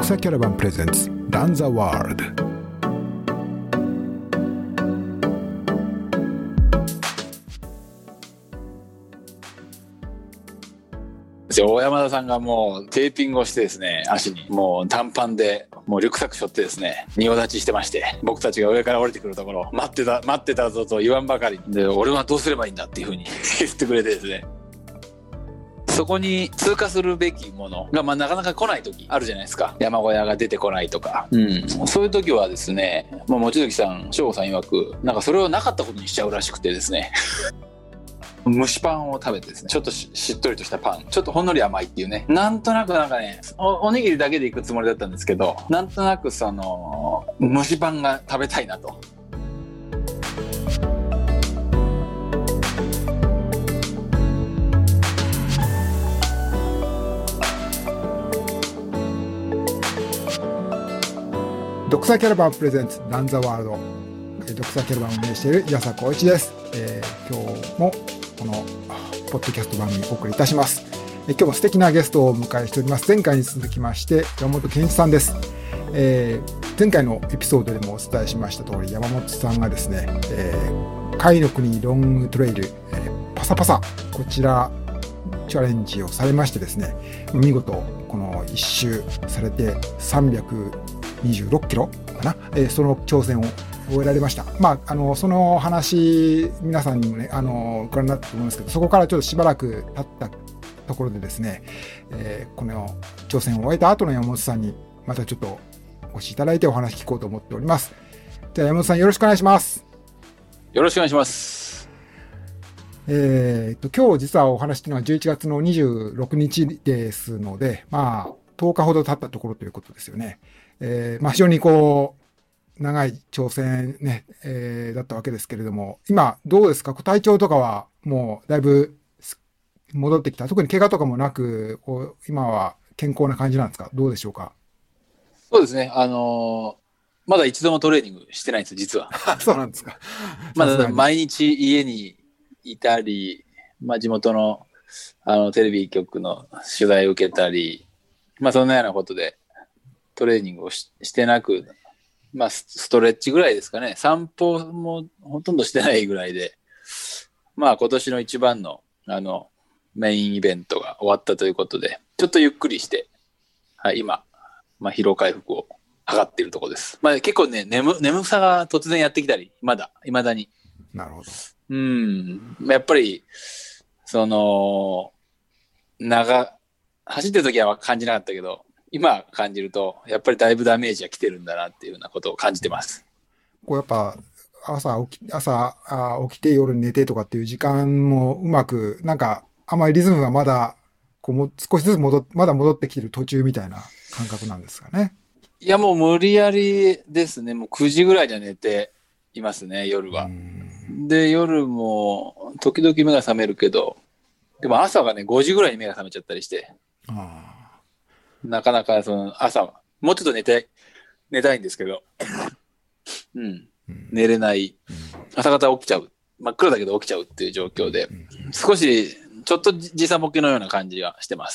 草キャラバンプレゼンツランザワールド。 大山田さんがもうテーピングをしてですね、足にもう短パンでもうリュックサック背負ってですね、仁王立ちしてまして、僕たちが上から降りてくるところ待ってたぞと言わんばかりで、俺はどうすればいいんだっていう風に言ってくれてですね、そこに通過するべきものが、なかなか来ない時あるじゃないですか。山小屋が出てこないとか、そういう時はですね、望月さん、省吾さん曰くなんかそれをなかったことにしちゃうらしくてですね蒸しパンを食べてですね、ちょっと しっとりとしたパン、ちょっとほんのり甘いっていうね、なんとなくね おにぎりだけで行くつもりだったんですけど、なんとなくその蒸しパンが食べたいなと。 ドクサキャラバンプレゼンツランザワールド。ドクサキャラバンを運営している矢佐光一です。今日もこのポッドキャスト番組をお送りいたします。今日も素敵なゲストをお迎えしております。前回に続きまして山本健一さんです。前回のエピソードでもお伝えしました通り、山本さんがですね、甲斐の国ロングトレイル、パサパサ、こちらチャレンジをされましてですね、見事この一周されて326キロかな、その挑戦を終えられました。その話皆さんにもねご覧になったと思うんですけど、そこからちょっとしばらく経ったところでですね、この挑戦を終えた後の山本さんにまたちょっとお越しいただいてお話聞こうと思っております。じゃあ山本さん、よろしくお願いします。 よろしくお願いします。 今日実はお話というのは11月の26日ですので、10日ほど経ったところということですよね。非常に長い挑戦ね、だったわけですけれども、今どうですか？体調とかはもうだいぶ戻ってきた？特に怪我とかもなく、今は健康な感じなんですか？どうでしょうか？ そうですね。まだ一度もトレーニングしてないんです、実は。 そうなんですか。 まだ毎日家にいたり、地元のテレビ局の取材を受けたり、そんなようなことでトレーニングをしてなく、ストレッチぐらいですかね。散歩もほとんどしてないぐらいで、今年の一番のメインイベントが終わったということで、ちょっとゆっくりして、今、疲労回復を図っているところです。結構ね、眠さが突然やってきたり、未だに。 なるほど。 やっぱり、走ってる時は感じなかったけど、今感じると、やっぱりだいぶダメージが来てるんだなっていうようなことを感じてます。 やっぱ朝起きて夜寝てとかっていう時間もうまく、あまりリズムがまだ少しずつまだ戻ってきてる途中みたいな感覚なんですかね。 いや、もう無理やりですね。もう9時ぐらいには寝ていますね、夜は。で、夜も時々目が覚めるけど、でも朝がね、5時ぐらいに目が覚めちゃったりして、なかなか朝、もうちょっと寝たいんですけど、寝れない。朝方起きちゃう。真っ暗だけど起きちゃうっていう状況で、少しちょっと時差ボケのような感じがしてます。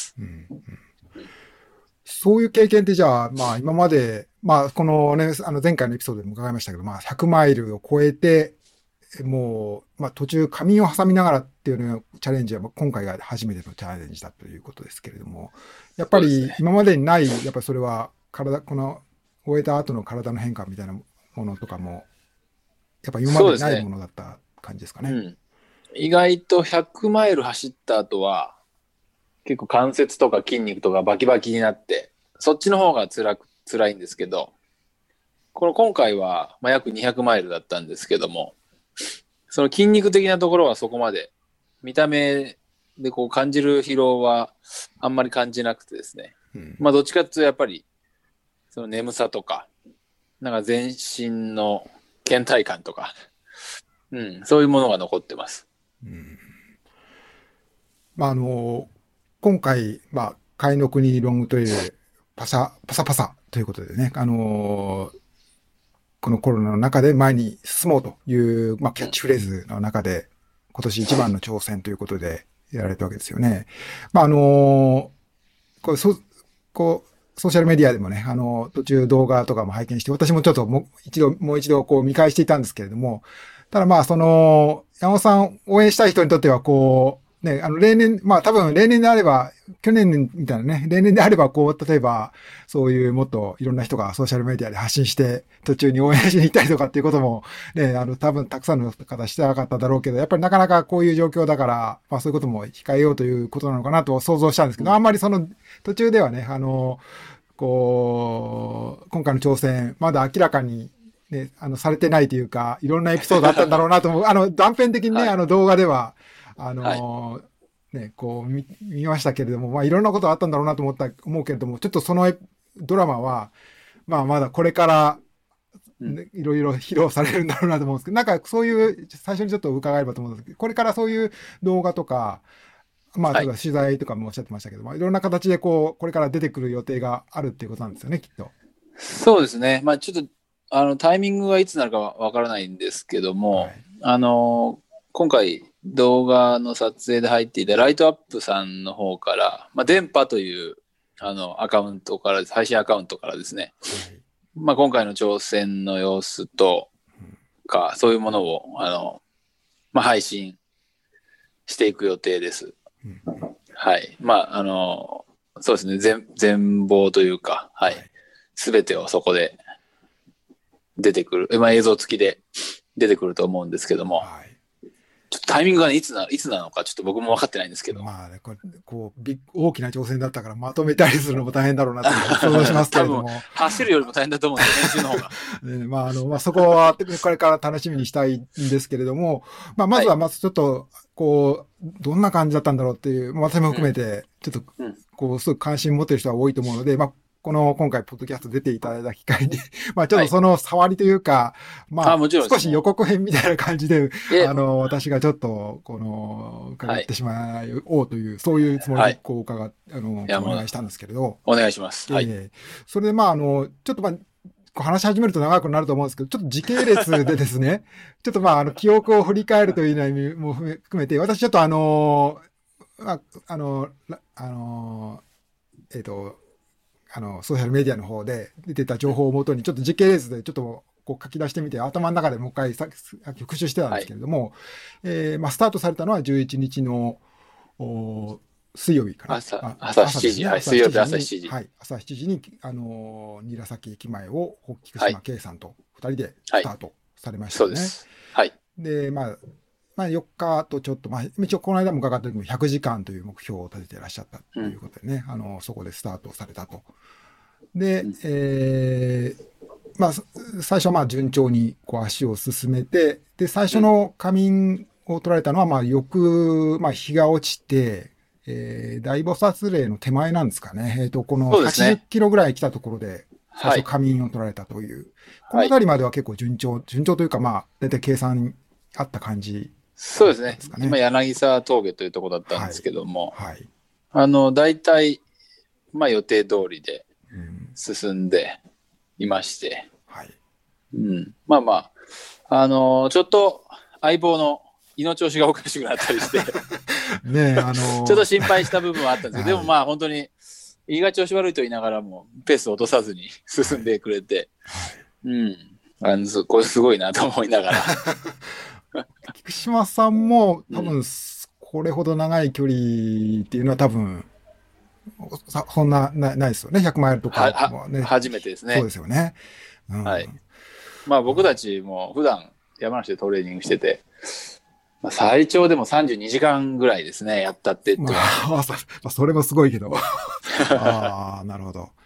そういう経験ってじゃあ、今まで、このね、前回のエピソードでも伺いましたけど、100マイルを超えて、もう、途中仮眠を挟みながらっていうのチャレンジは、今回が初めてのチャレンジだということですけれども、やっぱり今までにない、やっぱりそれはこの終えた後の体の変化みたいなものとかも、やっぱ今までにないものだった感じですかね。 意外と100マイル走った後は、結構関節とか筋肉とかバキバキになって、そっちの方が辛いんですけど、今回は、約200マイルだったんですけども、その筋肉的なところはそこまで、見た目で感じる疲労はあんまり感じなくてですね。どっちかっていうとやっぱり、その眠さとか、全身の倦怠感とか、そういうものが残ってます。 今回、甲斐の国ロングトレイルパサパサということでね、このコロナの中で前に進もうという、キャッチフレーズの中で、今年一番の挑戦ということでやられたわけですよね。 ソーシャルメディアでもね、途中動画とかも拝見して、私もちょっともう一度こう見返していたんですけれども、ただまあ、山本さん応援したい人にとっては、こう、ね、例年、まあ多分例年であれば、去年みたいなね、例年であれば、こう、例えば、そういうもっといろんな人がソーシャルメディアで発信して、途中に応援しに行ったりとかっていうことも、ね、多分たくさんの方してなかっただろうけど、やっぱりなかなかこういう状況だから、まあそういうことも控えようということなのかなと想像したんですけど、あんまり途中ではね、こう、今回の挑戦、まだ明らかに、ね、されてないというか、いろんなエピソードあったんだろうなと思う。断片的にね、動画では、ね、こう見ましたけれども、まあいろんなことあったんだろうなと思うけれども、ちょっとそのドラマは、まあまだこれから、ね、いろいろ披露されるんだろうなと思うんですけど、なんかそういう、最初にちょっと伺えればと思うんですけど、これからそういう動画とか、まあ、例えば取材とかもおっしゃってましたけども、いろんな形でこれから出てくる予定があるっていうことなんですよね、きっと。 そうですね。まあちょっと、タイミングがいつになるかわからないんですけども、今回動画の撮影で入っていたライトアップさんの方から、まあ、電波というアカウントから、配信アカウントからですね、まあ、今回の挑戦の様子とか、そういうものをまあ、配信していく予定です。はい。まあ、そうですね、全貌というか、はい。すべてをそこで出てくる、まあ、映像付きで出てくると思うんですけども、ちょっとタイミングがね、いつなのか、ちょっと僕も分かってないんですけど。 まあね、大きな挑戦だったから、まとめたりするのも大変だろうなと想像しますけれども。 走るよりも大変だと思うんですよ、練習の方が。 ね、まあ、そこは、これから楽しみにしたいんですけれども、まあ、まずは、ちょっと、どんな感じだったんだろうっていう、私も含めて、ちょっと、すごく関心持ってる人は多いと思うので、今回、ポッドキャスト出ていただいた機会に、ちょっとその触りというか、少し予告編みたいな感じで、私がちょっと、伺ってしまおうという、そういうつもりで、お願いしたんですけれど。 お願いします。はい。 それで、ちょっと話し始めると長くなると思うんですけど、ちょっと時系列でですね、ちょっと記憶を振り返るというような意味も含めて、私ちょっとソーシャルメディアの方で出てた情報をもとに、ちょっと時系列でちょっと書き出してみて、頭の中でもう一回復習してたんですけれども、スタートされたのは11日の水曜日かな。 朝7時、はい、水曜日朝7時。 はい、朝7時に、韮崎駅前を、菊島圭さんと2人でスタートされましたね。 そうです。はい。 で、4日とちょっと、一応この間も伺った時も100時間という目標を立てていらっしゃったということでね、そこでスタートされたと。で、最初は順調に足を進めて、で、最初の仮眠を取られたのは、日が落ちて、大菩薩霊の手前なんですかね。この80キロぐらい来たところで、最初仮眠を取られたという。このあたりまでは結構順調というか、大体計算あった感じ。 そうですね。今、柳沢峠というところだったんですけども、大体、予定通りで進んでいまして、ちょっと相棒の胃の調子がおかしくなったりして、 ねちょっと心配した部分はあったんですけど、でも本当に胃が調子悪いと言いながらも、ペースを落とさずに進んでくれて、これすごいなと思いながら。 菊島さんも多分これほど長い距離っていうのは多分そんなないですよね。100マイルとかもね。 初めてですね。 そうですよね。 はい。僕たちも普段山梨でトレーニングしてて、最長でも32時間ぐらいですね、やったってそれもすごいけど。ああ、なるほど。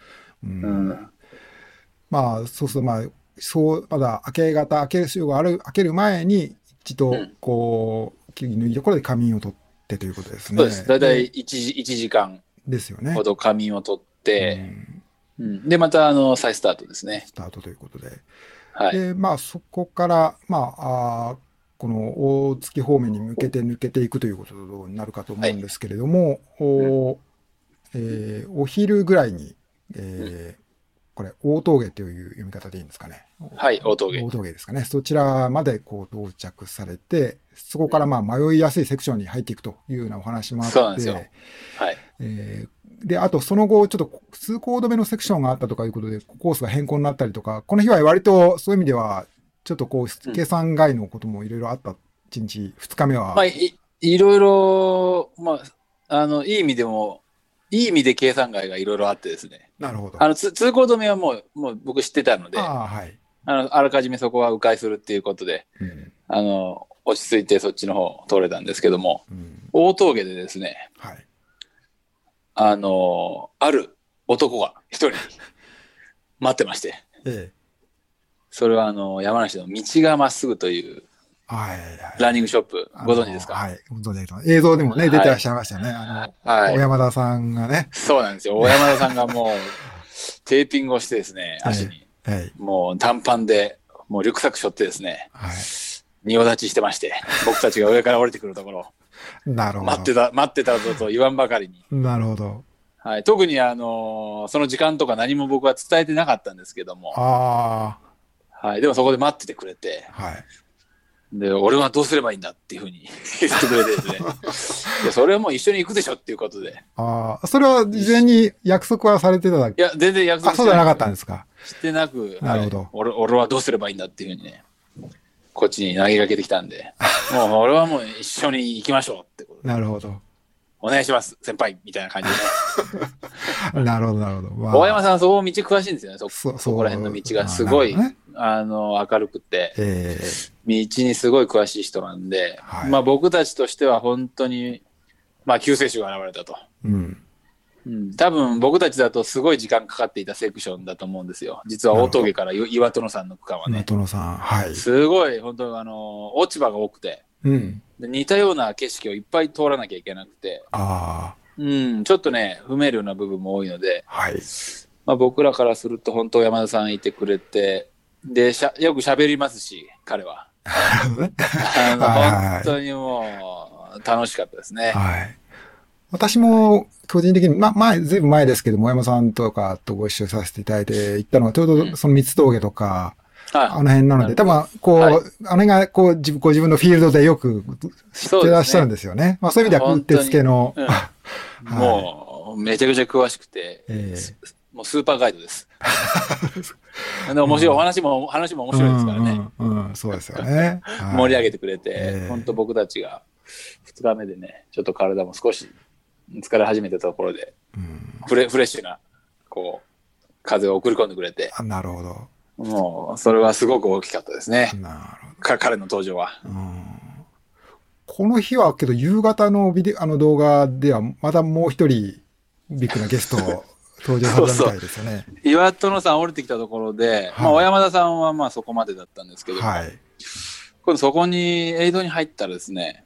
そうするとまだ明ける必要が明ける前に、一度、切り抜いたところで仮眠を取ってということですね。 そうです。だいたい1時間ですよね。 ほど仮眠を取って、で、また再スタートですね。 スタートということで。 はい。 で、そこから、この大月方面に向けて抜けていくということになるかと思うんですけれども、お昼ぐらいに、これ、大峠という読み方でいいんですかね。 はい、大峠。 大峠ですかね。そちらまで到着されて、そこから迷いやすいセクションに入っていくというようなお話もあって、 そうなんですよ。はい。 で、あとその後、ちょっと通行止めのセクションがあったとかいうことで、コースが変更になったりとか、この日は割とそういう意味では、ちょっとこう、計算外のこともいろいろあった1日、2日目は。 まあ、いろいろ、まあ、いい意味でも、いい意味で計算外がいろいろあってですね。 なるほど。 通行止めはもう僕知ってたので、 はい。 あらかじめそこは迂回するっていうことで、落ち着いてそっちの方通れたんですけども、大峠でですね、 はい。 ある男が一人待ってまして、それは山梨の道がまっすぐというランニングショップ、ご存知ですか？ はい、ご存知です。映像でもね、出てらっしゃいましたよね。小山田さんがね。 そうなんですよ。小山田さんがもうテーピングをしてですね、足に、もう短パンで、もうリュックサック背負ってですね、仁王立ちしてまして、僕たちが上から降りてくるところ、 なるほど。 待ってたぞと言わんばかりに。 なるほど。 はい、特にその時間とか何も僕は伝えてなかったんですけども、はい、でもそこで待っててくれて、で、俺はどうすればいいんだっていうふうに言ってくれてですね。それはもう一緒に行くでしょっていうことで。 それは事前に約束はされてただけ？ いや、全然約束そうじゃなかったんですか？ してなく、 なるほど。 俺はどうすればいいんだっていうふうにね、こっちに投げかけてきたんで、もう俺はもう一緒に行きましょうってことで。 なるほど。 お願いします、先輩みたいな感じで。なるほど、なるほど。 大山さんはそこ道詳しいんですよね。そこら辺の道がすごい、明るくて、道にすごい詳しい人なんで、まあ僕たちとしては本当に、まあ救世主が現れたと。多分僕たちだとすごい時間かかっていたセクションだと思うんですよ。実は大峠から岩殿山の区間はね。 岩殿山、はい。 すごい本当落ち葉が多くて、で似たような景色をいっぱい通らなきゃいけなくて、ちょっとね不明瞭な部分も多いので、まあ、僕らからすると本当山田さんいてくれて、でよく喋りますし彼は本当にもう楽しかったですね。 私も個人的に、ずいぶん前ですけども、山さんとかとご一緒させていただいて行ったのが、ちょうどその三つ峠とか、あの辺なので、多分、あの辺が、ご自分のフィールドでよく知ってらっしゃるんですよね。まあそういう意味では、うってつけの。 もう、めちゃくちゃ詳しくて、もうスーパーガイドです。面白い、話も面白いですからね。 そうですよね。 盛り上げてくれて、本当僕たちが2日目でね、ちょっと体も少し疲れ始めてたところで、フレッシュな、こう、風を送り込んでくれて。 なるほど。 もう、それはすごく大きかったですね。 なるほど。 彼の登場は。 この日はけど夕方の動画ではまたもう一人ビッグなゲストを登場されたみたいですよね。 岩殿山降りてきたところで、まあ小山田さんはまあそこまでだったんですけど、今度そこにエイドに入ったらですね、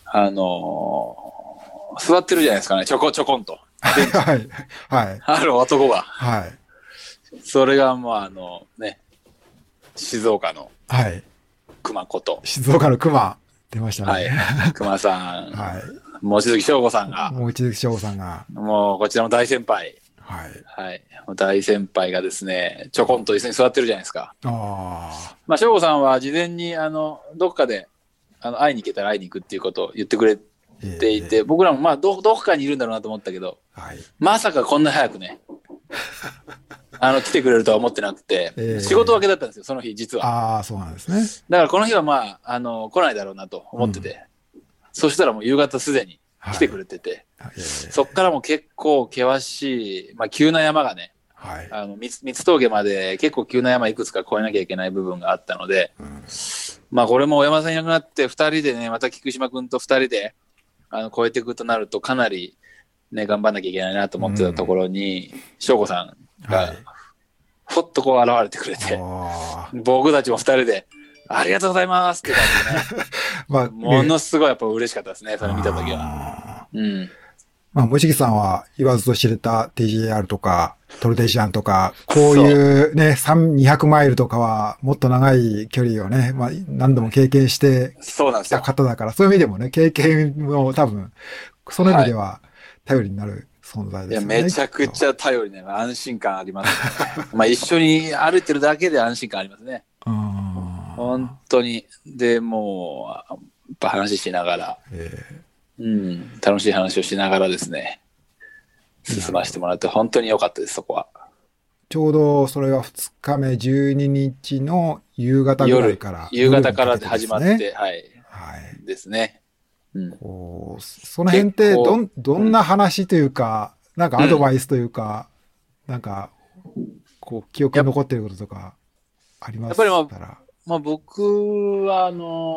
座ってるじゃないですかね、ちょこんと。ある男が。それがもうね、静岡の熊こと。 静岡の熊出ましたね。 熊さん。望月翔吾さんが。 望月翔吾さんが。 もうこちらの大先輩。大先輩がですね、ちょこんと椅子に座ってるじゃないですか。まあ翔吾さんは事前にどっかで会いに行けたら会いに行くっていうことを言ってくれていて、僕らもまあどこかにいるんだろうなと思ったけど、まさかこんな早くね。来てくれるとは思ってなくて、仕事分けだったんですよ、その日、実は。 そうなんですね。 だからこの日はまあ、来ないだろうなと思ってて、そしたらもう夕方すでに来てくれてて、そっからも結構険しい、まあ急な山がね、三つ峠まで結構急な山いくつか越えなきゃいけない部分があったので、まあこれも小山さんいなくなって2人でね、また菊島君と2人で越えていくとなるとかなりね、頑張んなきゃいけないなと思ってたところに、翔吾さんが、ふっとこう現れてくれて、僕たちも2人で、ありがとうございますって感じでね。ものすごいやっぱ嬉しかったですね、それ見たときは。 まあ、もしぎさんは言わずと知れた TJR とか、トルデジアンとか、こういうね、200マイルとかはもっと長い距離をね、まあ、何度も経験してきた方だから、そういう意味でもね、経験も多分、その意味では頼りになる存在ですね。 いや、めちゃくちゃ頼りね、安心感ありますね。まあ、一緒に歩いてるだけで安心感ありますね。本当に。で、もう、やっぱ話しながら、楽しい話をしながらですね、 進ませてもらって本当に良かったです、そこは。 ちょうどそれは2日目、12日の夕方ぐらいから。 夕方からで始まって、はい。 はい。 ですね。 その辺ってどんな話というか、なんかアドバイスというか、なんか、記憶に残っていることとかありますか？ やっぱりまあ僕は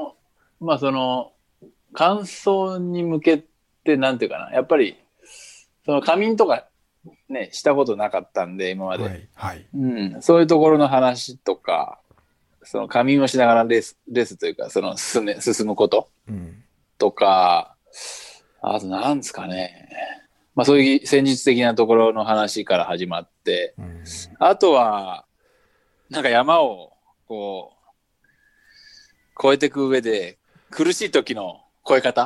感想に向けて、なんていうかな、やっぱり、仮眠とかね、したことなかったんで、今まで。 はい。はい。 そういうところの話とか、仮眠をしながらレースというか、進むこととか、あとなんですかね。まあそういう戦術的なところの話から始まって、あとは、なんか山を越えていく上で、苦しい時の越え方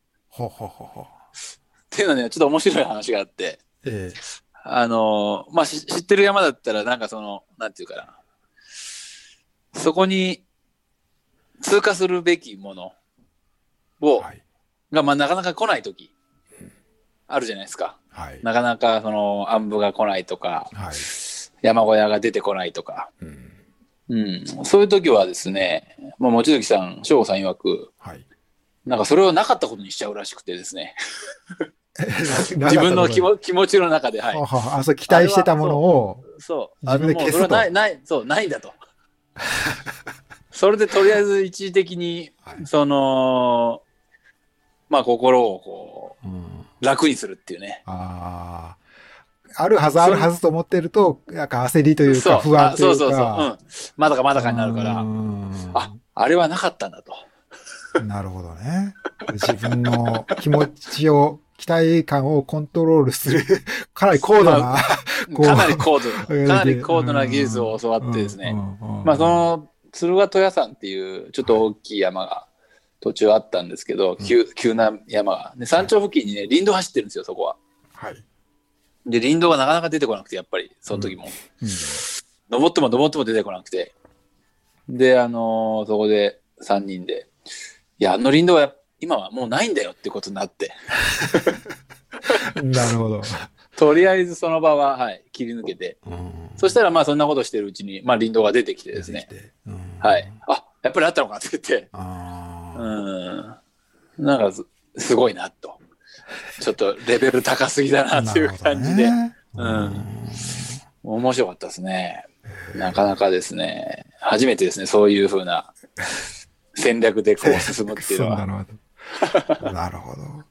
っていうのはね、ちょっと面白い話があって、まあ知ってる山だったら、なんかなんていうかな、そこに通過するべきものが、まあなかなか来ない時あるじゃないですか。はい、なかなか暗部が来ないとか、はい、山小屋が出てこないとか、そういう時はですね、まあ、望月さん、省吾さん曰く、はい、なんかそれをなかったことにしちゃうらしくてですね。自分の気持ちの中で、はい。 そう期待してたものを、自分で消すと。 それはないんだと。それでとりあえず一時的に、はい、まあ心を楽にするっていうね。 あるはずと思ってると、なんか焦りというか不安というか。 まだかになるから、あれはなかったんだと。 なるほどね。自分の気持ちを、期待感をコントロールする、かなり高度な、 かなり高度な技術を教わってですね。まあ鶴ヶ戸屋山っていうちょっと大きい山が途中あったんですけど、急な山が。で、山頂付近にね、林道走ってるんですよ、そこは。はい。で、林道がなかなか出てこなくて、やっぱり、その時も。登っても出てこなくて。で、そこで3人で、いや、林道は今はもうないんだよってことになって。 なるほど。 とりあえずその場は、はい、切り抜けて。そしたら、まあそんなことしてるうちに、まあ林道が出てきてですね。はい。やっぱりあったのかって言って。なんかすごいなと。ちょっとレベル高すぎだなっていう感じで。面白かったですね。なかなかですね。初めてですね、そういう風な戦略で進むっていうのは。 なるほ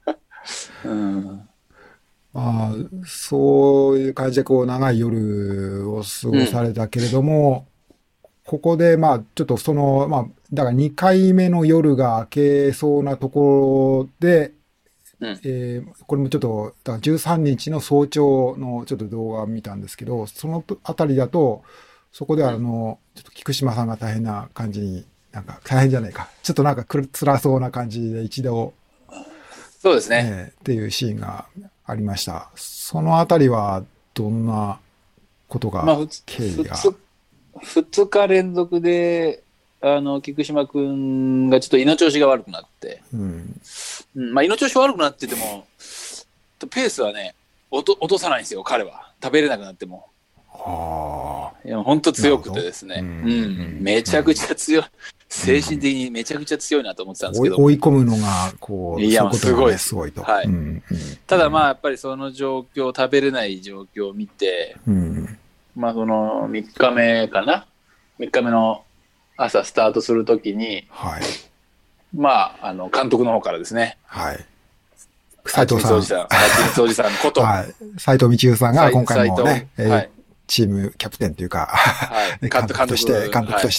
ど。そういう感じで長い夜を過ごされたけれども、ここでちょっとだから2回目の夜が明けそうなところで、これもちょっと、だから13日の早朝のちょっと動画を見たんですけど、そのあたりだと、そこではちょっと菊島さんが大変な感じに、なんか大変じゃないか。ちょっとなんか辛そうな感じで一度、 そうですね。 っていうシーンがありました。そのあたりはどんなことが、経緯が。 2日連続で、菊島くんがちょっと胃の調子が悪くなって、まあ胃の調子悪くなってても、ペースはね、落とさないんですよ、彼は。食べれなくなっても。いや本当強くてですね、めちゃくちゃ強い。精神的にめちゃくちゃ強いなと思ってたんですけど。 追い込むのが、 いや、すごい。 すごいと。 はい。ただまあ、やっぱりその状況、食べれない状況を見て、まあその3日目かな ?3 日目の朝スタートするときに、まあ、監督の方からですね。斉藤さん。斉藤さんこと。 斉藤道夫さんが今回もね、チームキャプテンというか、監督として、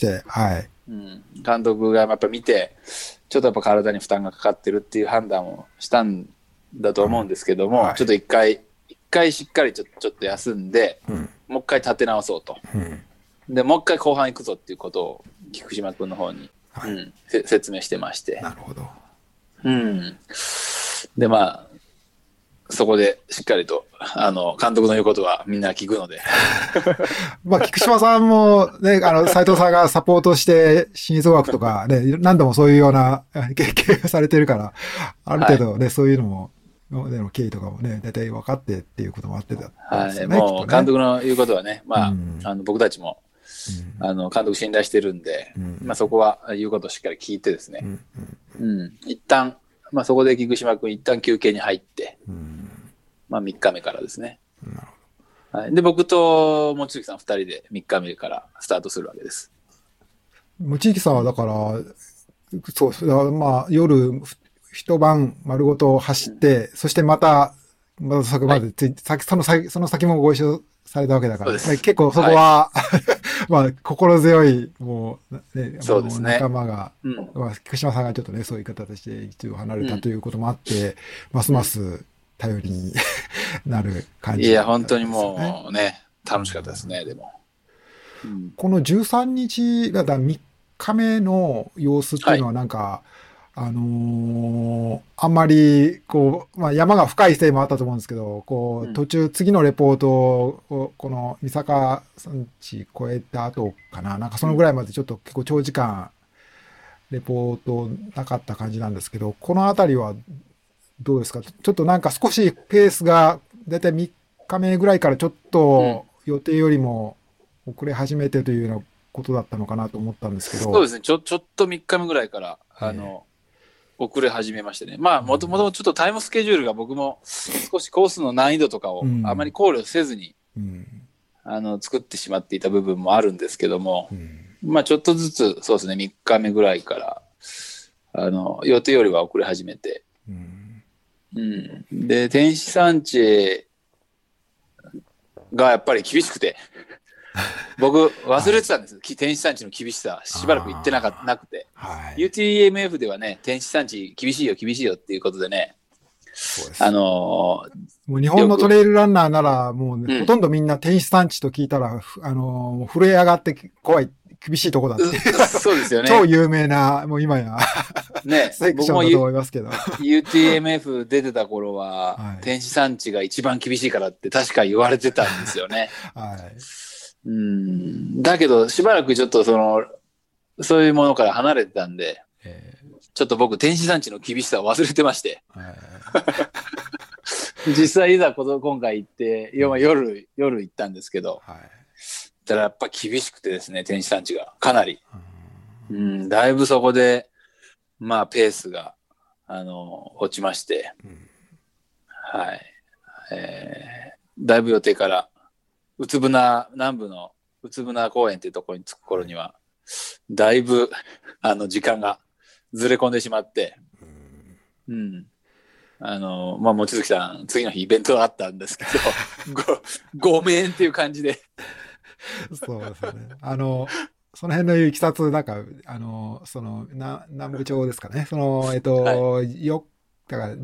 監督がやっぱ見て、ちょっとやっぱ体に負担がかかってるっていう判断をしたんだと思うんですけども、ちょっと一回しっかりちょっと休んで、もう一回立て直そうと。で、もう一回後半行くぞっていうことを菊島君の方に、説明してまして。 なるほど。 で、まあ、そこでしっかりと、監督の言うことはみんな聞くので。 まあ、菊島さんもね、斉藤さんがサポートして、心臓学とかね、何度もそういうような経験をされてるから、ある程度ね、そういうのも今までの経緯とかもね、大体分かってっていうこともあってたんはい。 ですよね、きっもうとね。 監督の言うことはね、まうんあ、僕たちも、監督信頼してるんで、まあそこは言うことをしっかり聞いてですね、一旦、まあそこで菊島君一旦休憩に入って、まあ3日目からですね。はい、で、僕と望月さん2人で3日目からスタートするわけです。 望月さんはだから、そう、まあ夜、一晩丸ごと走って、そしてまたそこまで、その先もご一緒されたわけだから、結構そこは、まあ、心強い、もう、ね、 そうですね、 仲間が、菊島さんがちょっとね、そういう形で一度離れたということもあって、ますます頼りになる感じ、 いや、本当にもうね、楽しかったですね、でも。 この13日が3日目の様子っていうのはなんか、あんまり、こう、まあ、山が深いせいもあったと思うんですけど、こう、途中、次のレポートを、この、三坂山地越えた後かな、なんかそのぐらいまでちょっと結構長時間、レポートなかった感じなんですけど、このあたりはどうですか？ちょっとなんか少しペースが、だいたい3日目ぐらいからちょっと予定よりも遅れ始めてというようなことだったのかなと思ったんですけど。 そうですね、ちょっと3日目ぐらいから、遅れ始めましてね。まあ、もともとちょっとタイムスケジュールが僕も少しコースの難易度とかをあまり考慮せずに、作ってしまっていた部分もあるんですけども、まあちょっとずつ、そうですね、3日目ぐらいから、予定よりは遅れ始めて、で、天使山地がやっぱり厳しくて、僕忘れてたんです、天使山地の厳しさしばらく行ってなくて、UTMF ではね、天使山地厳しいよっていうことでね、 もう日本のトレイルランナーならもう、ね、ほとんどみんな天使山地と聞いたら震え上がって怖い厳しいとこだってそうですよね。 超有名なもう今やね、 セクションだと思いますけど UTMF 出てた頃は、天使山地が一番厳しいからって確か言われてたんですよね。だけどしばらくちょっとそういうものから離れてたんで、ちょっと僕天使山地の厳しさを忘れてまして、実際いざ今回行って夜行ったんですけど、ただやっぱ厳しくてですね、天使山地がかなり、だいぶそこでまあペースが落ちまして、はい、だいぶ予定から南部のうつぶな公園っていうところに着く頃にはだいぶ時間がずれ込んでしまって、まあ望月さん次の日イベントがあったんですけどごめんっていう感じでそうですね。その辺のいきさつ、なんか、南部町ですかね。だから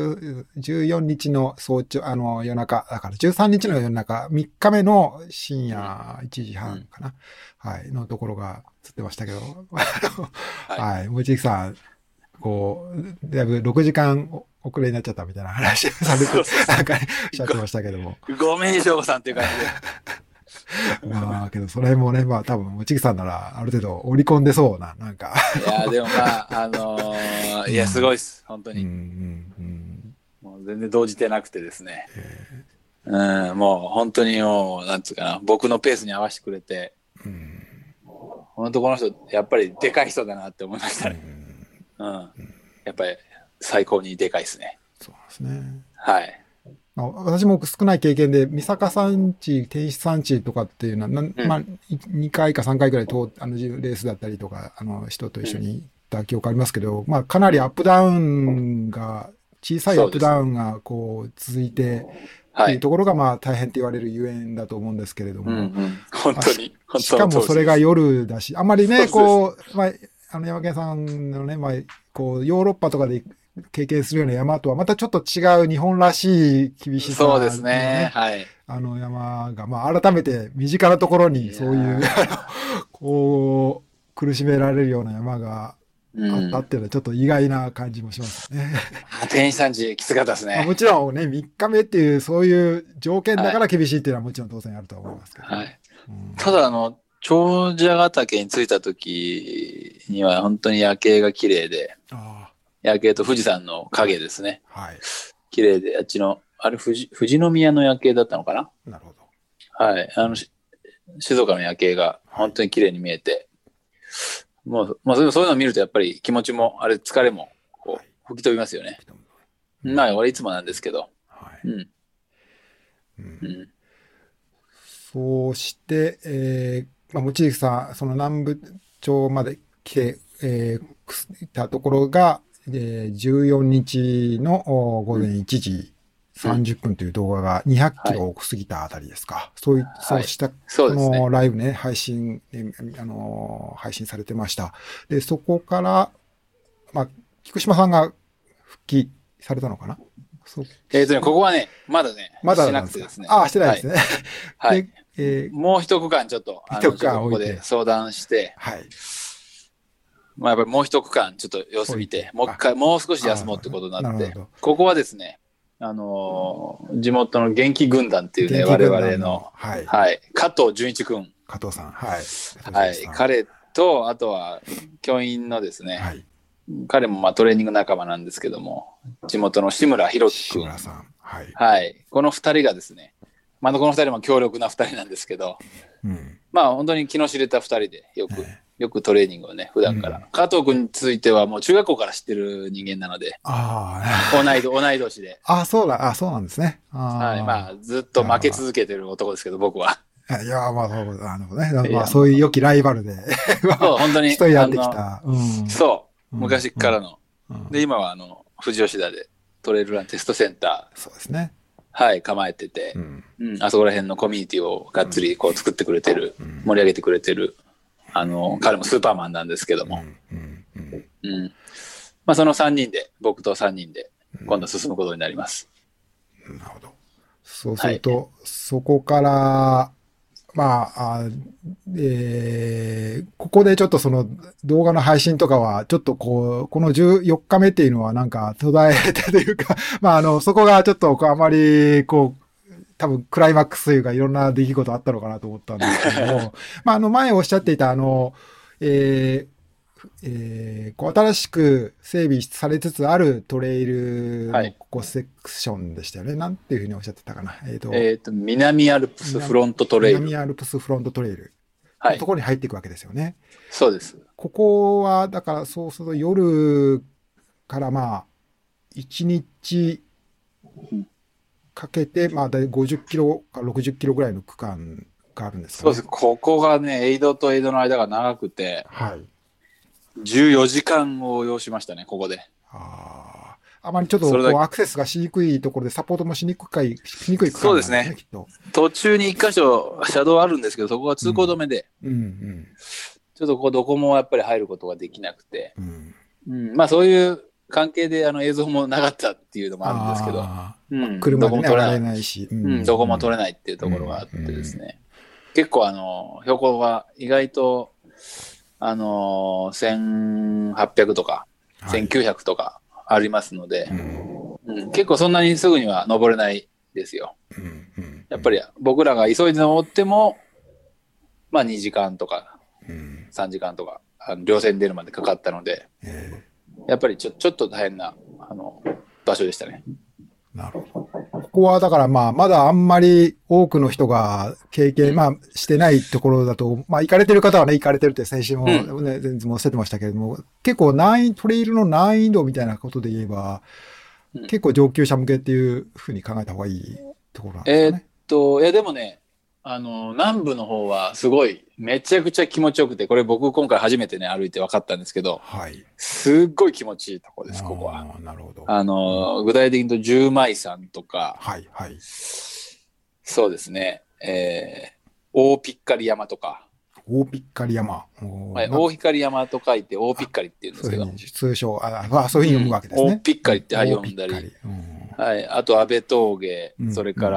14日の早朝、夜中、だから13日の夜中、3日目の深夜1時半かな。はい、のところが映ってましたけど、はい、望月さん、こう、だいぶ6時間遅れになっちゃったみたいな話されて、なんか、おっしゃってましたけども。 ごめん、翔吾さんっていう感じで。 まあ、けど、その辺もね、まあ、多分、望月さんなら、ある程度、織り込んでそうな、なんか。 いや、でもまあ、いや、すごいです、本当に。もう全然動じてなくてですね。もう、本当にもう、なんつうかな、僕のペースに合わせてくれて、本当この人、やっぱりでかい人だなって思いましたね。やっぱり、最高にでかいですね。 そうですね。 はい。 私も少ない経験で、三坂山地、天使山地とかっていうのは、まあ、2回か3回ぐらいレースだったりとか、人と一緒に行った記憶ありますけど、まあ、かなりアップダウンが、小さいアップダウンがこう続いて、っていうところがまあ大変って言われるゆえんだと思うんですけれども、 本当に。 しかもそれが夜だし、あんまりね、こう、まあ、山県さんのね、まあ、こう、ヨーロッパとかで経験するような山とはまたちょっと違う日本らしい厳しさ、 そうですね。はい。 山が、まあ改めて身近なところにそういう、こう、苦しめられるような山があったっていうのはちょっと意外な感じもしますね。 天使山地きつかったですね。 もちろんね、3日目っていうそういう条件だから厳しいっていうのはもちろん当然あると思いますけど。はい。 ただ長者ヶ岳に着いた時には本当に夜景が綺麗で、夜景と富士山の影ですね。 綺麗で、あっちの、あれ富士宮の夜景だったのかな。 なるほど。 はい。静岡の夜景が本当に綺麗に見えて、もうそういうのを見るとやっぱり気持ちも、あれ疲れも、こう、吹き飛びますよね。まあ、俺いつもなんですけど。 はい。 うん。 そうして、望月さん、その南部町まで来て、いたところが、14日の午前1時30分という動画が200キロを過ぎたあたりですか。そうした、 そうですね。 このライブね、配信されてました。で、そこから、菊島さんが復帰されたのかな。 ここはね、まだしなくてですね。してないですね。 はい。もう一区間ちょっと、ここで相談して、 はい。 やっぱりもう一区間ちょっと様子見て、もう少し休もうってことになって、ここはですね、地元の元気軍団っていうね、我々の、はい。加藤純一君。 加藤さん。はい。 はい。彼と、あとは、教員のですね、はい。彼もトレーニング仲間なんですけども、地元の志村弘樹君。 志村さん。はい。 はい。この二人がですね、この二人も強力な二人なんですけど、本当に気の知れた二人でよくトレーニングをね、普段から。加藤君についてはもう中学校から知ってる人間なので、同い年で。 そうなんですね。 はい。ずっと負け続けてる男ですけど、僕は。 いや、そういう良きライバルで。 そう、本当に。 一人やってきた。 そう。昔からの。で、今は富士吉田でトレイルランテストセンター。 そうですね。 はい、構えてて、あそこら辺のコミュニティをがっつりこう作ってくれてる、盛り上げてくれてる、彼もスーパーマンなんですけども。その3人で、僕と3人で、今度進むことになります。 なるほど。そうすると、そこから、ここでちょっとその動画の配信とかは、ちょっとこの14日目っていうのはなんか途絶えたというか、そこがちょっとあまり、多分クライマックスというかいろんな出来事あったのかなと思ったんですけども、前おっしゃっていた新しく整備されつつあるトレイルのここセクションでしたよね。なんていうふうにおっしゃってたかな。 南アルプスフロントトレイル。 南アルプスフロントトレイル。はい。ところに入っていくわけですよね。 そうです。 ここは、だからそうすると夜から1日かけて、だい50キロか60キロぐらいの区間があるんですかね。 そうです。ここがね、エイドとエイドの間が長くて、 はい。 14時間を要しましたね、ここで。 あまりちょっとアクセスがしにくいところでサポートもしにくい区間そうですね。きっと途中に一箇所車道あるんですけど、そこが通行止めで、ちょっとここどこもやっぱり入ることができなくて、そういう関係で映像もなかったっていうのもあるんですけど、 車も撮れないし、 どこも撮れないっていうところがあってですね、結構標高が意外と1800とか、1900とかありますので、結構そんなにすぐには登れないですよ。やっぱり僕らが急いで登っても、2時間とか、3時間とか、稜線出るまでかかったので、やっぱりちょっと大変な、場所でしたね。 なるほど。ここはだからまだあんまり多くの人が経験、してないところだと、行かれてる方はね、行かれてるって先週もね、全然おっしゃってましたけれども、結構トレイルの難易度みたいなことで言えば、結構上級者向けっていうふうに考えた方がいいところなんですかね。 いやでもね、南部の方はすごい、めちゃくちゃ気持ちよくて、これ僕今回初めてね、歩いて分かったんですけど、すっごい気持ちいいところです、ここは。 なるほど。 具体的に言うと、十枚山とか、そうですね、大ピッカリ山とか。 大ピッカリ山。 大光山と書いて大ピッカリって言うんですけど。 通称、そういうふうに読むわけですね。 大ピッカリって読んだり。はい。あと、安倍峠、それから、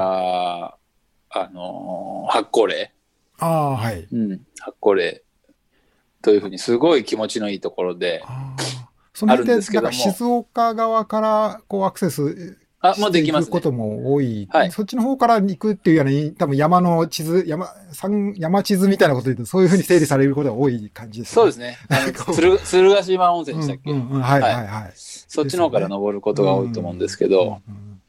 八甲嶺。 はい。 八甲嶺。というふうに、すごい気持ちのいいところで、 あるんですけども。静岡側からアクセスもうできますね。 ことも多い。そっちの方から行くっていうように、多分山の地図、山地図みたいなことで言うと、そういうふうに整理されることが多い感じですね。 そうですね。鶴ヶ島温泉でしたっけ？はい。そっちの方から登ることが多いと思うんですけど、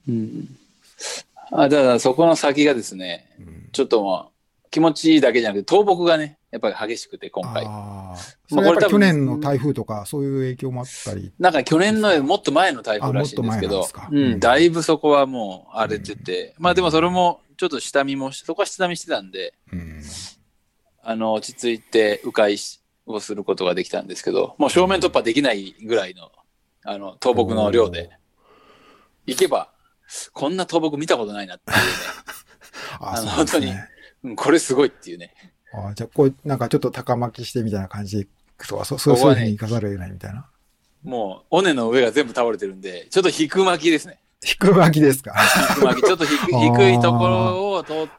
うん。だからそこの先がですね、ちょっともう気持ちいいだけじゃなくて、倒木がね、やっぱり激しくて、今回。 ああ。それやっぱり去年の台風とか、そういう影響もあったり。 なんか去年のもっと前の台風らしいんですけど、だいぶそこはもう荒れてて、まあでもそれもちょっと下見も、そこは下見してたんで、落ち着いて迂回をすることができたんですけど、もう正面突破できないぐらいの、倒木の量で、行けば、こんな倒木見たことないなっていうね。本当に、これすごいっていうね。 じゃあ、こう、なんかちょっと高巻きしてみたいな感じで、そういうふうに行かざるを得ないみたいな。 もう、尾根の上が全部倒れてるんで、ちょっと低巻きですね。 低巻きですか。 低巻き、ちょっと低いところを通って、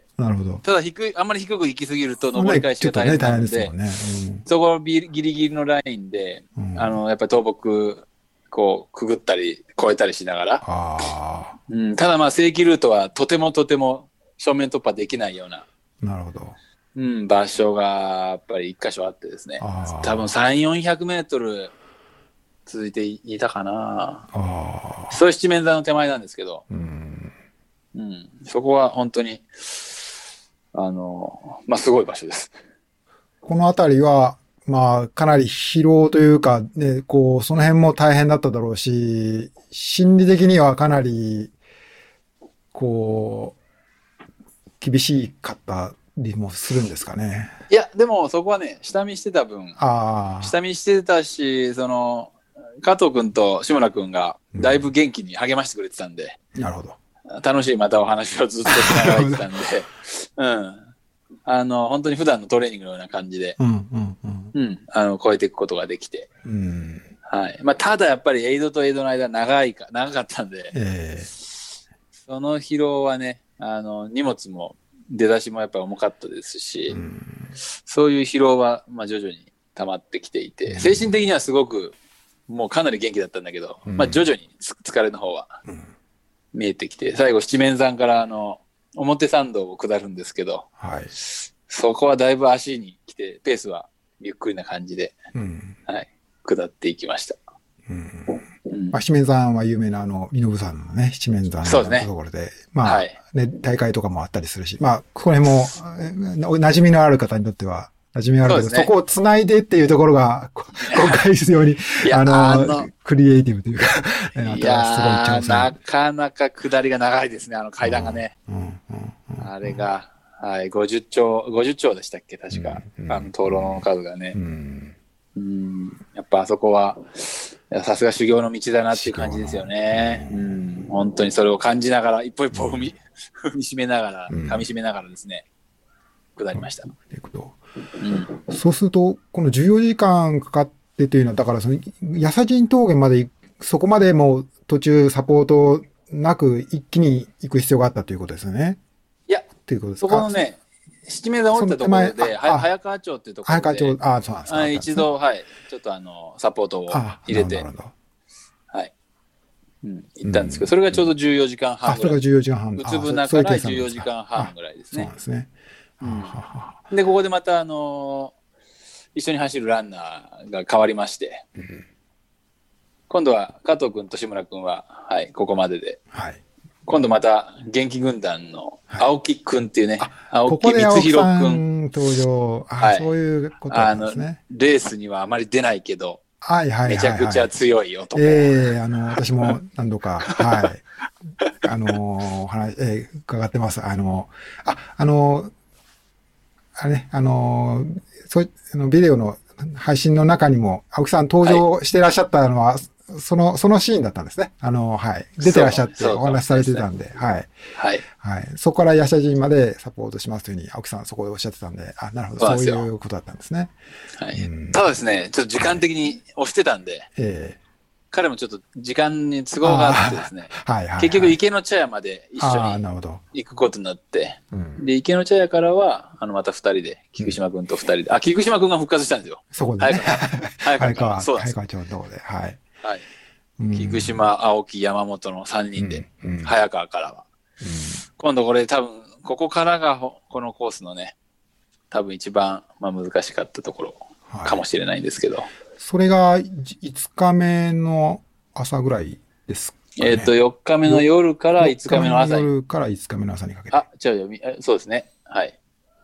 なるほど。ただあんまり低く行き過ぎると登り返しが大変なので、そこギリギリのラインで、やっぱり倒木、こう、くぐったり、越えたりしながら。ただまあ、正規ルートはとても正面突破できないような。 なるほど。 場所がやっぱり一箇所あってですね。多分3、400メートル続いていたかな。それ七面山の手前なんですけど、そこは本当に、まあ、すごい場所です。 この辺りは、まあ、かなり疲労というか、ね、こう、その辺も大変だっただろうし、心理的にはかなり、こう、厳しかったりもするんですかね。 いや、でもそこはね、下見してた分、下見してたし、加藤君と志村君がだいぶ元気に励ましてくれてたんで、 なるほど。 楽しいまたお話をずっとしながら言ってたんで、本当に普段のトレーニングのような感じで、超えていくことができて、はい。まあ、ただやっぱりエイドとエイドの間長かったんで、その疲労はね、荷物も出だしもやっぱり重かったですし、そういう疲労はまあ徐々に溜まってきていて、精神的にはすごくもうかなり元気だったんだけど、まあ徐々に疲れの方は見えてきて、最後七面山から表参道を下るんですけど、そこはだいぶ足に来て、ペースはゆっくりな感じで、はい、下っていきました。 七面山は有名な身延山のね、七面山のところで、まあ、ね、大会とかもあったりするし、まあ、これも、馴染みのある方にとっては、馴染みがあるけど、そこを繋いでっていうところが、今回非常に、クリエイティブというか、 いやなかなか下りが長いですね、階段がね。あれが、はい、50兆でしたっけ、確か。灯籠の数がね。やっぱあそこは、さすが修行の道だなっていう感じですよね。本当にそれを感じながら、一歩一歩踏みしめながら、噛みしめながらですね、下りました。 そうすると、この14時間かかってというのは、だからヤサジン峠まで、そこまでもう途中サポートなく一気に行く必要があったということですよね。 いや、そこのね、七面山降りたところで、早川町っていうところで、 早川町、そうなんですか。 一度、はい、ちょっとサポートを入れて、はい、行ったんですけど、それがちょうど14時間半ぐらい。 それが14時間半。 うつぶなから14時間半ぐらいですね。 そうなんですね。 で、ここでまた、一緒に走るランナーが変わりまして、今度は加藤君と志村君は、はい、ここまでで、今度また元気軍団の青木君っていうね、青木光弘君登場、そういうことなんですね。 レースにはあまり出ないけど、めちゃくちゃ強い男。 私も何度か、お話、伺ってます。ビデオの配信の中にも、青木さん登場してらっしゃったのは、そのシーンだったんですね。出てらっしゃってお話しされてたんで、そこからヤシャジンまでサポートしますというふうに、青木さんそこでおっしゃってたんで、なるほど、そういうことだったんですね。 ただですね、ちょっと時間的に押してたんで、彼もちょっと時間に都合があってですね、結局池の茶屋まで一緒に行くことになって、で、池の茶屋からは、また二人で、菊島君と二人で、菊島君が復活したんですよ。 そこでね。 早川町のところで、 菊島、青木、山本の3人で、早川からは。今度これ多分、ここからがこのコースのね、多分一番難しかったところかもしれないんですけど。 それが5日目の朝ぐらいですかね。 4日目の夜から5日目の朝に。 夜から5日目の朝にかけて。 あ、違う、そうですね。はい。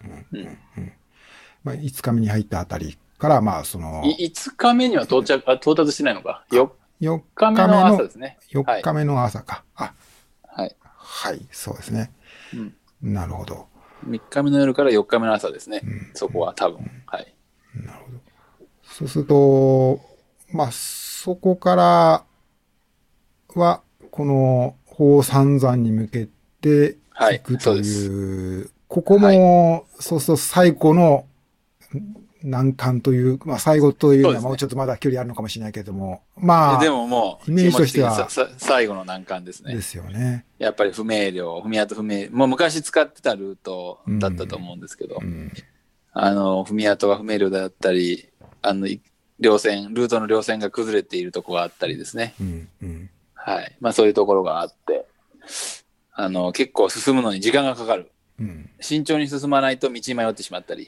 まあ、5日目に入ったあたりから、まあ、 5日目には到達してないのか。4日目の朝ですね。 4日目の朝か。 はい。 はい、そうですね。なるほど。 3日目の夜から4日目の朝ですね。そこは多分。はい。 なるほど。そうすると、まあ、そこからは、この宝山山に向けて行くという、ここも、そうすると最後の難関という、まあ最後というのはもうちょっとまだ距離あるのかもしれないけれども、まあ、 でももう、 イメージとしては、 最後の難関ですね。 ですよね。 やっぱり不明稜、踏み跡不明、もう昔使ってたルートだったと思うんですけど、踏み跡が不明瞭だったり、ルートの稜線が崩れているところがあったりですね。はい。まあそういうところがあって、結構進むのに時間がかかる。慎重に進まないと道に迷ってしまったり。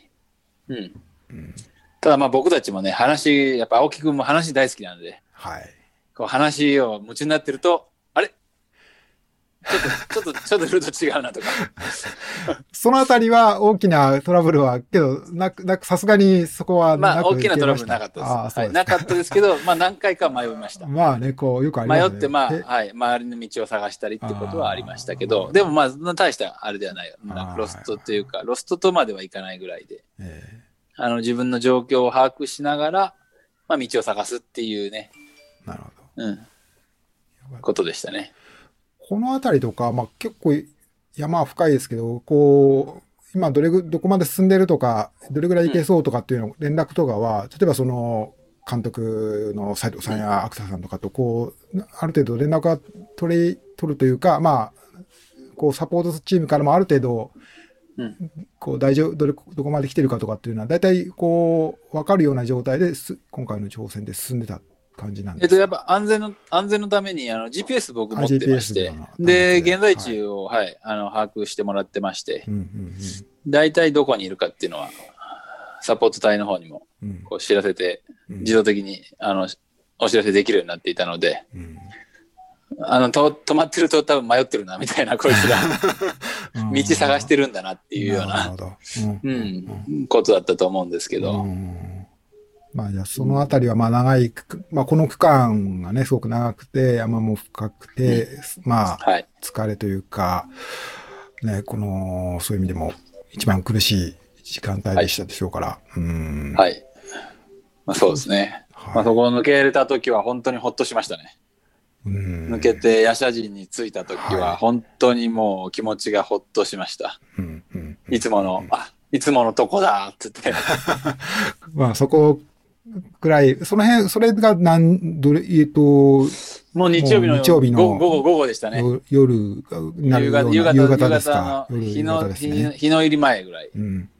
ただまあ僕たちもね、やっぱ青木くんも話大好きなので、 はい。 こう話を夢中になってると、あれちょっとルート違うなとか。 そのあたりは大きなトラブルは、けど、さすがにそこはまあ大きなトラブルなかったです。はい、なかったですけど、まあ何回か迷いました。 まあね、こう、よくありますね。 迷って、まあ、はい、周りの道を探したりってことはありましたけど、でもまあ、そんな大したあれではない。ロストというか、ロストとまではいかないぐらいで、自分の状況を把握しながら、まあ道を探すっていうね。 なるほど。ことでしたね。 この辺りとか、まあ結構山は深いですけど、こう、今どこまで進んでるとか、どれぐらい行けそうとかっていうの、連絡とかは、例えば監督の斉藤さんや芥田さんとかと、こう、ある程度連絡が取るというか、まあ、こう、サポートチームからもある程度、こう、大丈夫、どこまで来てるかとかっていうのは、大体、こう、わかるような状態で、今回の挑戦で進んでた感じなんですか？ やっぱ安全のためにGPS 僕持ってまして、で、現在地を、把握してもらってまして、大体どこにいるかっていうのは、サポート隊の方にもこう知らせて、自動的にお知らせできるようになっていたので、止まってると多分迷ってるなみたいな、こいつが道探してるんだなっていうようなことだったと思うんですけど、 まあ、そのあたりはまあ長い、まあこの区間がね、すごく長くて、山も深くて、まあ、疲れというか、ね、そういう意味でも一番苦しい時間帯でしたでしょうから。 はい。まあそうですね。まあそこを抜けれた時は本当にほっとしましたね。抜けて夜叉神に着いた時は本当にもう気持ちがほっとしました。いつものとこだって言って。 まあそこくらい、それがもう日曜日の午後でしたね。 夜なるような夕方ですか。 日の入り前ぐらい。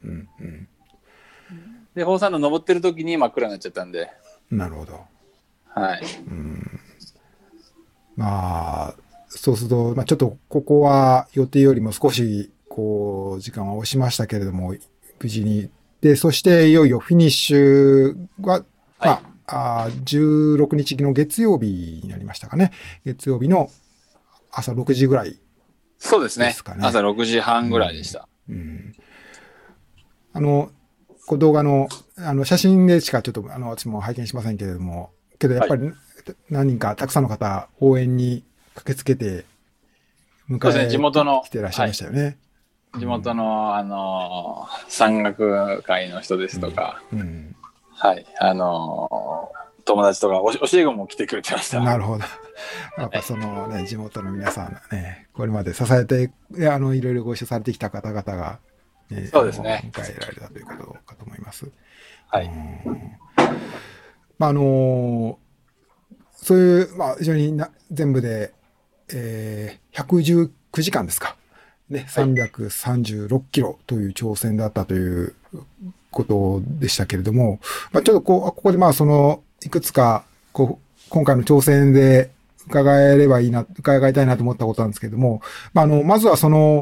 で、宝山の登ってる時に真っ暗になっちゃったんで。 なるほど。 はい。 まあ、そうすると、まあちょっとここは予定よりも少し、こう、時間は押しましたけれども、無事に。で、そしていよいよフィニッシュは、まあ、16日の月曜日になりましたかね。月曜日の朝6時ぐらい、 そうですね。朝6時半ぐらいでした。 動画の、写真でしかちょっと、私も拝見しませんけれども、けどやっぱり何人かたくさんの方、応援に駆けつけて、迎えて来てらっしゃいましたよね。 地元の、山岳会の人ですとか、はい、友達とか、教え子も来てくれてました。 なるほど。やっぱね、地元の皆さんね、これまで支えて、いろいろご一緒されてきた方々が、 そうですね。 迎えられたということかと思います。 はい。 まあ、そういう、まあ、非常に全部で、119時間ですか。ね、336キロという挑戦だったということでしたけれども、まあ、ちょっとここでまあいくつか、今回の挑戦で伺いたいなと思ったことなんですけれども、まあ、まずは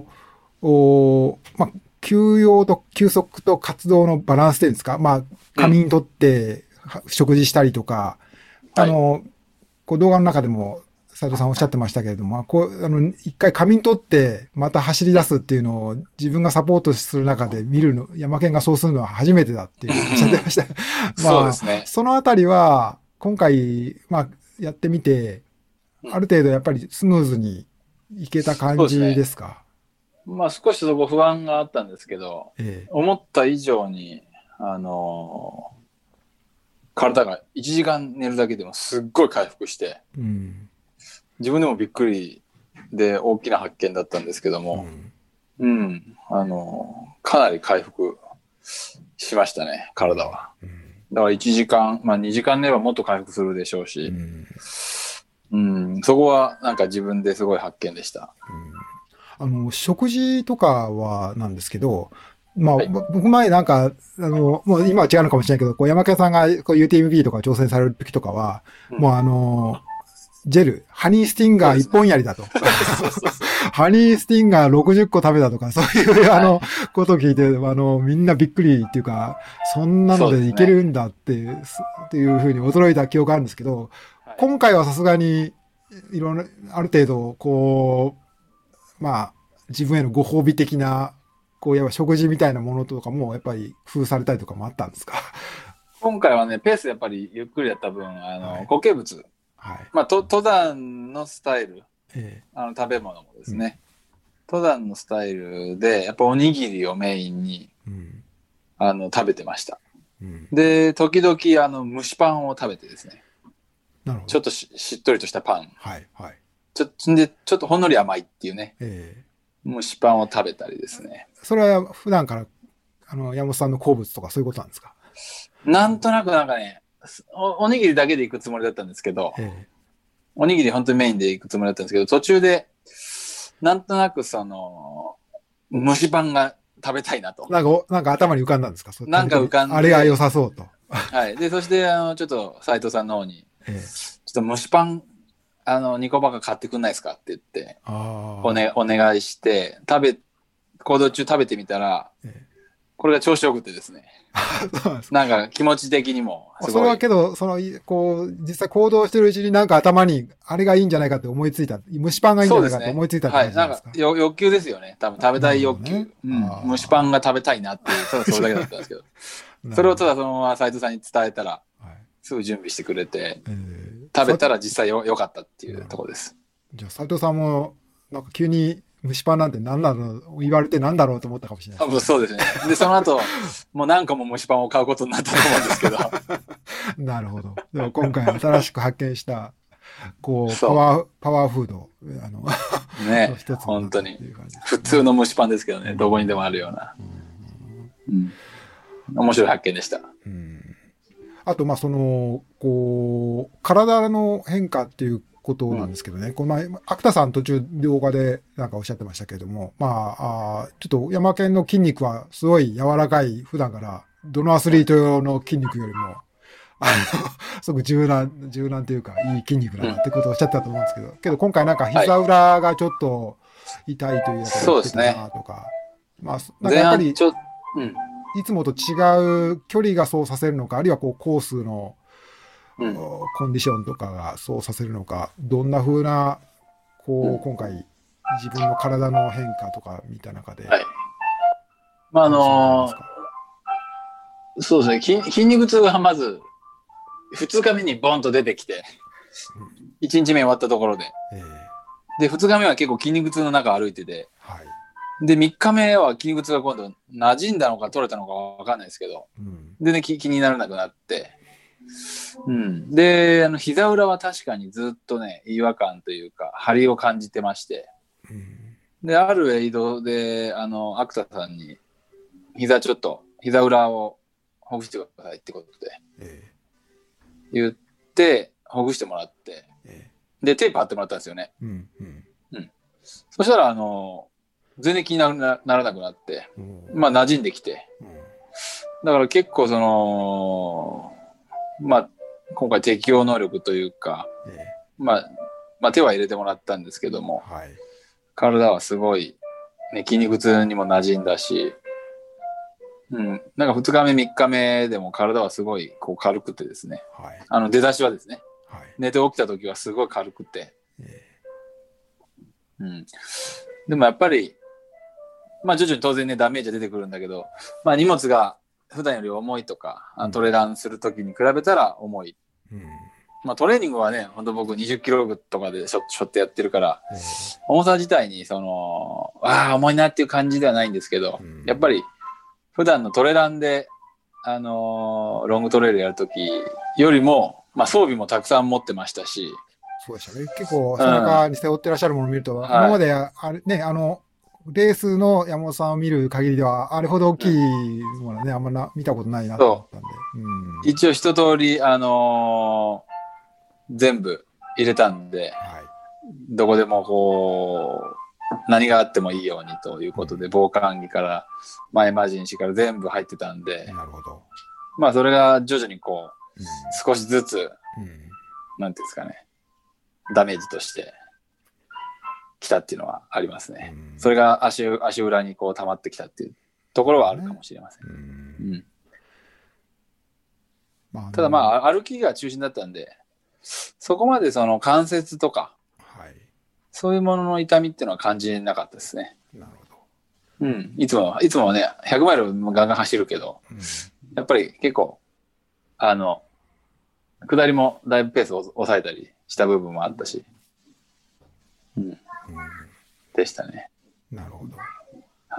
まあ、休息と活動のバランスっていうんですか、まあ、仮眠取って食事したりとか、動画の中でも斉藤さんおっしゃってましたけれども、一回仮眠取って、また走り出すっていうのを自分がサポートする中で見るの、山県がそうするのは初めてだっていうおっしゃってました。 そうですね。 そのあたりは、今回、やってみて、ある程度やっぱりスムーズにいけた感じですか？ 少しそこ不安があったんですけど、思った以上に、体が1時間寝るだけでもすっごい回復して、自分でもびっくりで大きな発見だったんですけども、かなり回復しましたね、体は。だから1時間、2時間寝ればもっと回復するでしょうし、そこはなんか自分ですごい発見でした。 食事とかはなんですけど、僕前なんか、もう今は違うのかもしれないけど、山家さんがUTMB とか挑戦される時とかは、もうジェル、ハニースティンガー一本やりだと。ハニースティンガー60個食べたとか、そういうことを聞いて、みんなびっくりっていうか、そんなのでいけるんだっていうふうに驚いた記憶があるんですけど、今回はさすがに、いろんな、ある程度、自分へのご褒美的な、やっぱ食事みたいなものとかも、やっぱり工夫されたりとかもあったんですか？ 今回はね、ペースやっぱりゆっくりやった分、固形物、登山のスタイル、食べ物もですね、登山のスタイルで、やっぱおにぎりをメインに、食べてました。で、時々、蒸しパンを食べてですね、ちょっとしっとりとしたパン。ちょっとほんのり甘いっていうね、蒸しパンを食べたりですね。 それは普段から山本さんの好物とかそういうことなんですか？ なんとなくなんかね、おにぎりだけで行くつもりだったんですけど、おにぎり本当にメインで行くつもりだったんですけど、途中でなんとなく蒸しパンが食べたいなと。 なんか頭に浮かんだんですか？ なんか浮かんで。 あれが良さそうと。 はい。で、そしてちょっと斉藤さんの方に、ちょっと蒸しパン2個ばっか買ってくんないですかって言って、お願いして、行動中食べてみたら、これが調子よくてですね。なんか気持ち的にもすごい。 それはけど、実際行動してるうちになんか頭に、あれがいいんじゃないかって思いついた。蒸しパンがいいんじゃないかって思いついたって感じですか？ なんか欲求ですよね。多分食べたい欲求。蒸しパンが食べたいなっていう、ただそれだけだったんですけど。それをただそのまま斉藤さんに伝えたら、すぐ準備してくれて、食べたら実際良かったっていうところです。 じゃあ斉藤さんも、なんか急に蒸しパンなんて何だろう、言われて何だろうと思ったかもしれない。 そうですね。で、その後、もう何個も蒸しパンを買うことになったと思うんですけど。 なるほど。でも今回新しく発見した、パワーフード、 ね、本当に。普通の蒸しパンですけどね、どこにでもあるような。面白い発見でした。 あと、体の変化っていうことなんですけどね。芥田さん途中動画でなんかおっしゃってましたけれども、ちょっと山県の筋肉はすごい柔らかい、普段からどのアスリート用の筋肉よりも、すごく柔軟というか、いい筋肉だなってことをおっしゃってたと思うんですけど、今回なんか膝裏がちょっと痛いというやつが言ってたなとか、なんかやっぱり、いつもと違う距離がそうさせるのか、あるいはコースの、コンディションとかがそうさせるのか、どんな風な、今回、自分の体の変化とか見た中で。 そうですね。筋肉痛がまず、2日目にボンと出てきて、1日目終わったところで。で、2日目は結構筋肉痛の中歩いてて、で、3日目は筋肉痛が今度馴染んだのか取れたのかわかんないですけど、でね、気にならなくなって、で、膝裏は確かにずっとね、違和感というか、張りを感じてまして、で、あるエイドで、芥田さんに、膝裏をほぐしてくださいってことで、言って、ほぐしてもらって、で、テープ貼ってもらったんですよね。そしたら、全然気にならなくなって、馴染んできて、だから結構今回適応能力というか、手は入れてもらったんですけども、体はすごい、ね、筋肉痛にも馴染んだし、なんか2日目3日目でも体はすごい軽くてですね、出だしはですね、寝て起きた時はすごい軽くて、 うん。でもやっぱり、まあ徐々に当然ね、ダメージは出てくるんだけど、まあ荷物が普段より重いとか、トレランするときに比べたら重い。 うん。 まあトレーニングはね、本当僕20キロとかでしょってやってるから、重さ自体に重いなっていう感じではないんですけど、やっぱり普段のトレランで、ロングトレイルやるときよりも、まあ装備もたくさん持ってましたし。 そうでしたね。結構背中に背負ってらっしゃるものを見ると、今まで、あれね、レースの山本さんを見る限りでは、あれほど大きいものね、あんま見たことないなと思ったんで。 一応一通り、全部入れたんで、どこでもこう、何があってもいいようにということで、防寒着からエマージェンシーから全部入ってたんで、 なるほど。 まあそれが徐々にこう、少しずつ、なんていうんですかね、ダメージとしてきたっていうのはありますね。それが足裏にこう溜まってきたっていうところはあるかもしれません。ただまあ歩きが中心だったんで、そこまでその関節とか、そういうものの痛みっていうのは感じなかったですね。 なるほど。 いつもはね、100マイルガンガン走るけど、やっぱり結構、下りもだいぶペースを抑えたりした部分もあったし、でしたね。 なるほど。 はい。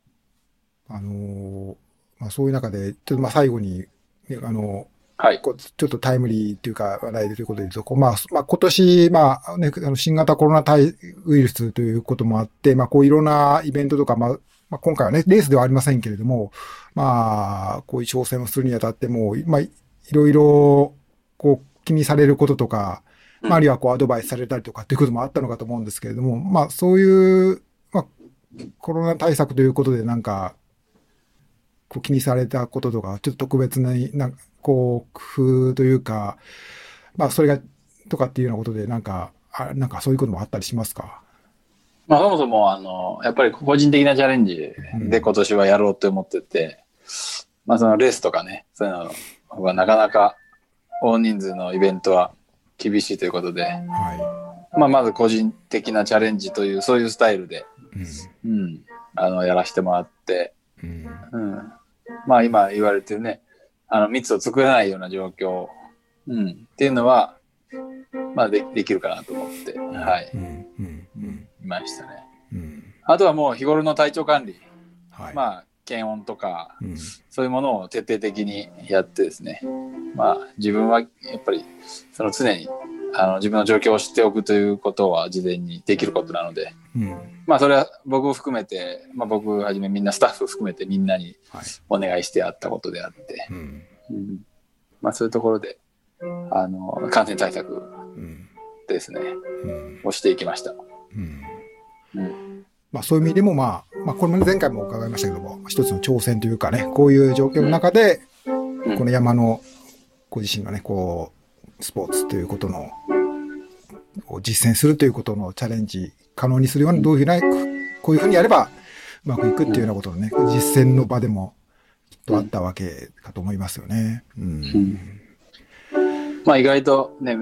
まあそういう中で、ちょっとまあ最後に、 はい、 ちょっとタイムリーというか話題ということで言うと、まあ今年、まあね、新型コロナウイルスということもあって、まあこういろんなイベントとか、まあ今回はね、レースではありませんけれども、まあこういう挑戦をするにあたっても、まあいろいろこう気にされることとか、まああるいはこうアドバイスされたりとかっていうこともあったのかと思うんですけれども、まあそういう、まあコロナ対策ということでなんか、こう気にされたこととか、ちょっと特別な、こう、工夫というか、まあ、それが、とかっていうようなことで、なんかそういうこともあったりしますか？ まあ、そもそも、やっぱり個人的なチャレンジで今年はやろうと思ってて、まあ、そのレースとかね、そういうのはなかなか大人数のイベントは厳しいということで、まあ、まず個人的なチャレンジという、そういうスタイルで、やらせてもらって、まあ今言われてるね、密を作らないような状況、っていうのは、まあできるかなと思って、はい。いましたね。あとはもう日頃の体調管理、まあ検温とか、そういうものを徹底的にやってですね、まあ自分はやっぱりその常に自分の状況を知っておくということは事前にできることなので、まあそれは僕を含めて、まあ僕はじめみんなスタッフ含めてみんなにお願いしてやったことであって、まあそういうところで感染対策ですね、をしていきました。 まあそういう意味でもまあこれも前回も伺いましたけども、一つの挑戦というかね、こういう状況の中で、この山のご自身のね、こうスポーツということのを実践するということのチャレンジ可能にするような、どういうふうな、こういうふうにやればうまくいくっていうようなことのね、実践の場でもきっとあったわけかと思いますよね。 まあ意外とね、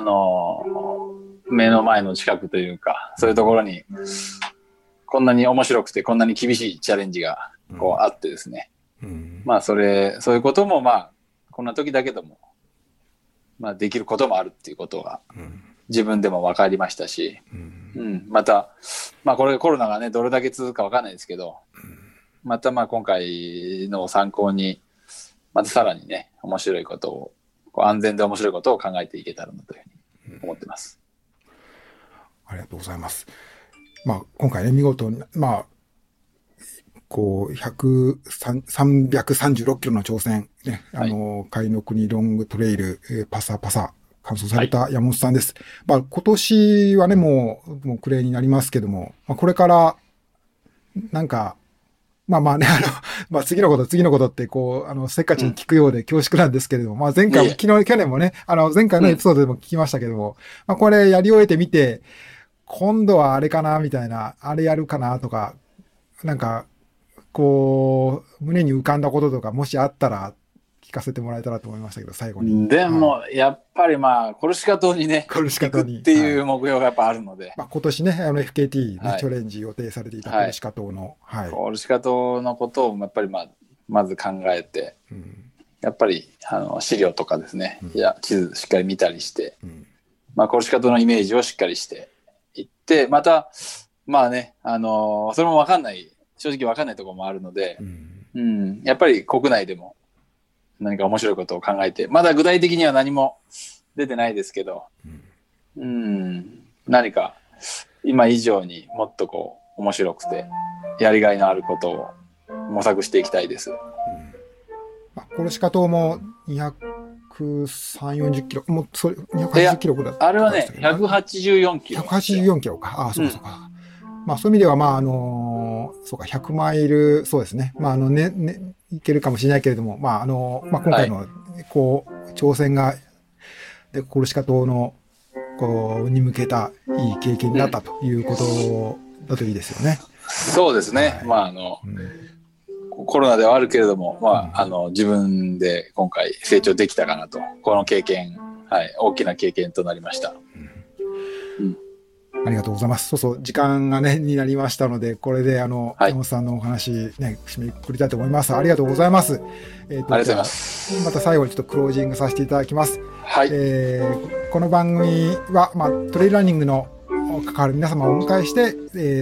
目の前の近くというか、そういうところにこんなに面白くてこんなに厳しいチャレンジがこうあってですね、まあそういうこともまあこんな時だけども、まあできることもあるっていうことが自分でも分かりましたし、またまあこれコロナがねどれだけ続くか分かんないですけど、またまあ今回の参考にまたさらにね面白いことを、安全で面白いことを考えていけたらなというふうに思ってます。 ありがとうございます。まあ今回ね見事にまあこう336キロの挑戦ね、海の国ロングトレイル、パサ完走された山本さんです。まあ今年はねもう暮れになりますけども、まあ、これからなんかまあねまあ次のことってこうせっかちに聞くようで恐縮なんですけれども、まあ前回去年もね前回のエピソードでも聞きましたけども、まあこれやり終えてみて今度はあれかなみたいな、あれやるかなとか、なんかこう胸に浮かんだこととかもしあったら聞かせてもらえたらと思いましたけど、最後に。 でも、やっぱりまあ、コルシカ島にね、 コルシカ島に行くっていう目標がやっぱあるので。 まあ、今年ね、FKT ね、 はいチャレンジ予定されていたコルシカ島の。はい。 コルシカ島のことをやっぱりまず考えて、やっぱり資料とかですね、いや地図しっかり見たりして、まあ、コルシカ島のイメージをしっかりしていって、また、まあね、それも分かんない、正直分かんないところもあるので、やっぱり国内でも何か面白いことを考えて、まだ具体的には何も出てないですけど、何か今以上にもっとこう面白くてやりがいのあることを模索していきたいです。 コルシカ島も230-40キロ、もうそれ280キロぐらい。 あれはね、184キロ。 184キロか。ああ、そうかそうか。まあそういう意味では、まあそうか、100マイル、そうですね。まあいけるかもしれないけれども、まあまあ今回の、こう、挑戦が、で、コルシカ島の、こう、に向けたいい経験になったということだといいですよね。 そうですね。まあコロナではあるけれども、まあ自分で今回成長できたかなと。この経験、大きな経験となりました。 ありがとうございます。そうそう、時間がね、になりましたので、これで山本さんのお話ね、締めくくりたいと思います。ありがとうございます。 ありがとうございます。 また最後にちょっとクロージングさせていただきます。 はい。 この番組は、まあ、トレイルランニングの関わる皆様をお迎えして、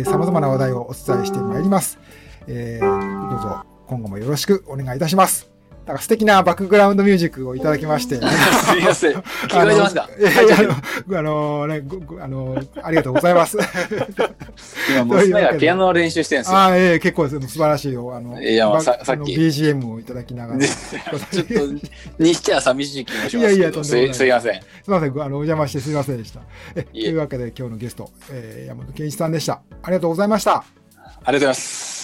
様々な話題をお伝えしてまいります。どうぞ今後もよろしくお願いいたします。だから素敵なバックグラウンドミュージックをいただきまして。 すみません。聞こえてますか？ ありがとうございます。 今、娘がピアノを練習してるんですよ。 結構です。素晴らしいよ。 いや、さっき。 BGM をいただきながら。ちょっと、にしては寂しい気もしますけど。すいません。 すいません。お邪魔してすいませんでした。というわけで今日のゲスト、山本健一さんでした。ありがとうございました。 ありがとうございます。